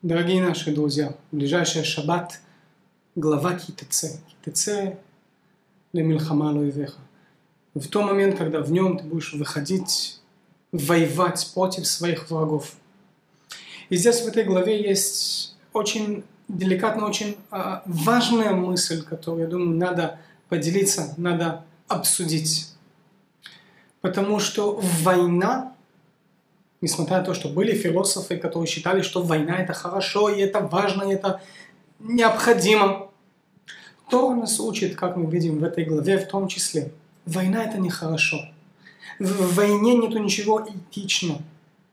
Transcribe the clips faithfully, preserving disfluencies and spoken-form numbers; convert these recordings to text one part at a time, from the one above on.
Дорогие наши друзья, ближайший шаббат, глава Ки-Тецэ. Ки-Тецэ ле-мильхама ло-ивеха. В тот момент, когда в нем ты будешь выходить, воевать против своих врагов. И здесь в этой главе есть очень деликатная, очень а, важная мысль, которую, я думаю, надо поделиться, надо обсудить. Потому что война, несмотря на то, что были философы, которые считали, что война это хорошо, и это важно, и это необходимо. Тора нас учит, как мы видим в этой главе, в том числе. Война это нехорошо. В войне нету ничего этичного.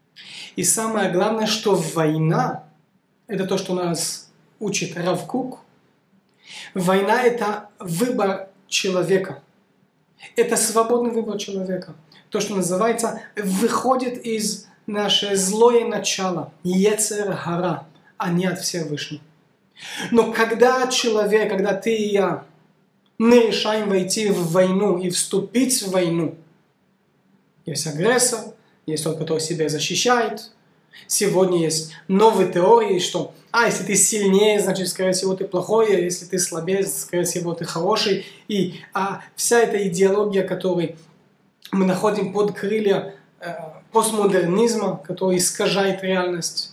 И самое главное, что война, это то, что нас учит Рав Кук. Война это выбор человека. Это свободный выбор человека. То, что называется, выходит из наше злое начало, Йецер Гара, а не от Всевышнего. Но когда человек, когда ты и я, мы решаем войти в войну и вступить в войну, есть агрессор, есть тот, который себя защищает. Сегодня есть новые теории, что а, если ты сильнее, значит, скорее всего, ты плохой, а если ты слабее, скорее всего, ты хороший. И а, вся эта идеология, которую мы находим под крылья э, постмодернизма, который искажает реальность.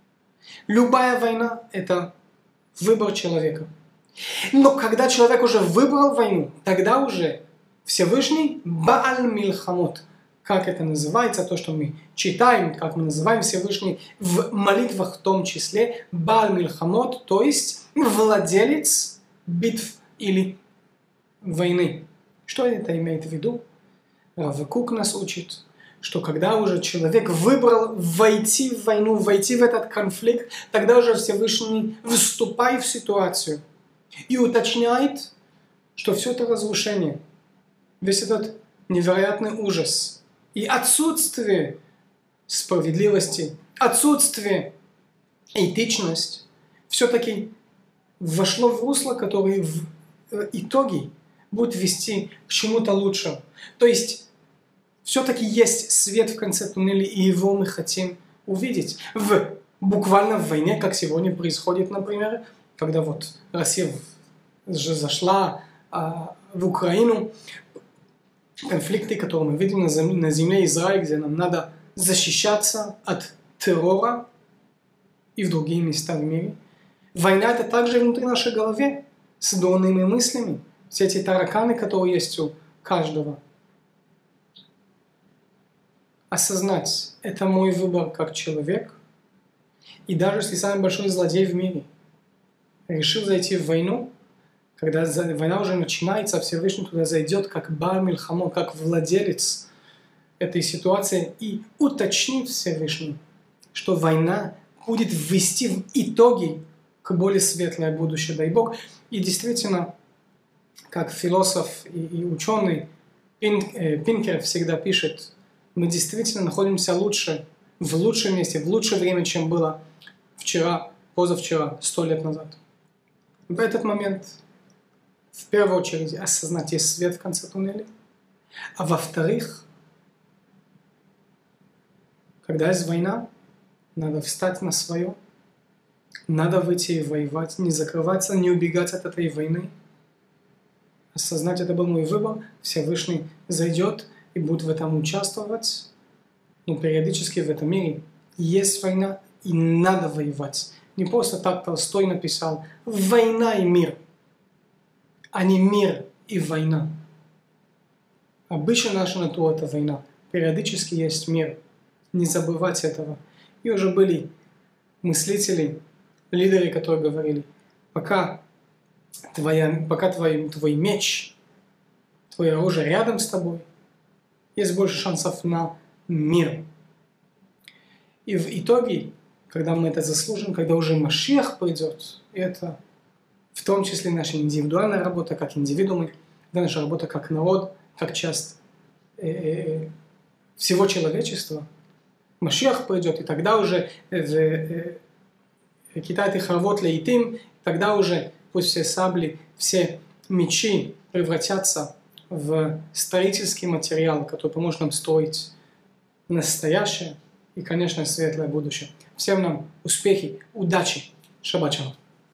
Любая война – это выбор человека. Но когда человек уже выбрал войну, тогда уже Всевышний Бааль Мильхамот, как это называется, то, что мы читаем, как мы называем Всевышний в молитвах в том числе, Бааль Мильхамот, то есть владелец битв или войны. Что это имеет в виду? Рав Кук нас учит, что когда уже человек выбрал войти в войну, войти в этот конфликт, тогда уже Всевышний вступает в ситуацию и уточняет, что все это разрушение, весь этот невероятный ужас и отсутствие справедливости, отсутствие этичности все-таки вошло в русло, которое в итоге будет вести к чему-то лучшему. То есть все-таки есть свет в конце туннеля, и его мы хотим увидеть. В, буквально в войне, как сегодня происходит, например, когда вот Россия зашла а, в Украину, конфликты, которые мы видим на земле, на земле Израиля, где нам надо защищаться от террора и в другие места в мире. Война это также внутри нашей головы, с дурными мыслями, все эти тараканы, которые есть у каждого. Осознать, это мой выбор как человек. И даже если самый большой злодей в мире решил зайти в войну, когда война уже начинается, Всевышний туда зайдет как Бааль Мильхамот, как владелец этой ситуации и уточнит Всевышний, что война будет ввести в итоге к более светлое будущее, дай Бог. И действительно, как философ и, и ученый Пинк, э, Пинкер всегда пишет, мы действительно находимся лучше, в лучшем месте, в лучшее время, чем было вчера, позавчера, сто лет назад. В этот момент, в первую очередь, осознать, есть свет в конце туннеля. А во-вторых, когда есть война, надо встать на свое, надо выйти и воевать, не закрываться, не убегать от этой войны. Осознать, это был мой выбор, Всевышний зайдет и будет в этом участвовать. Но периодически в этом мире есть война и надо воевать. Не просто так Толстой написал «война и мир», а не мир и война. Обычно наша натура – это война. Периодически есть мир. Не забывать этого. И уже были мыслители, лидеры, которые говорили, пока, твоя, пока твой, твой меч, твое оружие рядом с тобой, есть больше шансов на мир. И в итоге, когда мы это заслужим, когда уже Машиах придет, это в том числе наша индивидуальная работа, как индивидуумы, наша работа как народ, как часть э, э, всего человечества, Машиах придет, и тогда уже в э, э, Китай Тихавот Лейтим, тогда уже пусть все сабли, все мечи превратятся в строительский материал, который поможет нам строить настоящее и, конечно, светлое будущее. Всем нам успехи, удачи, шаббат шалом.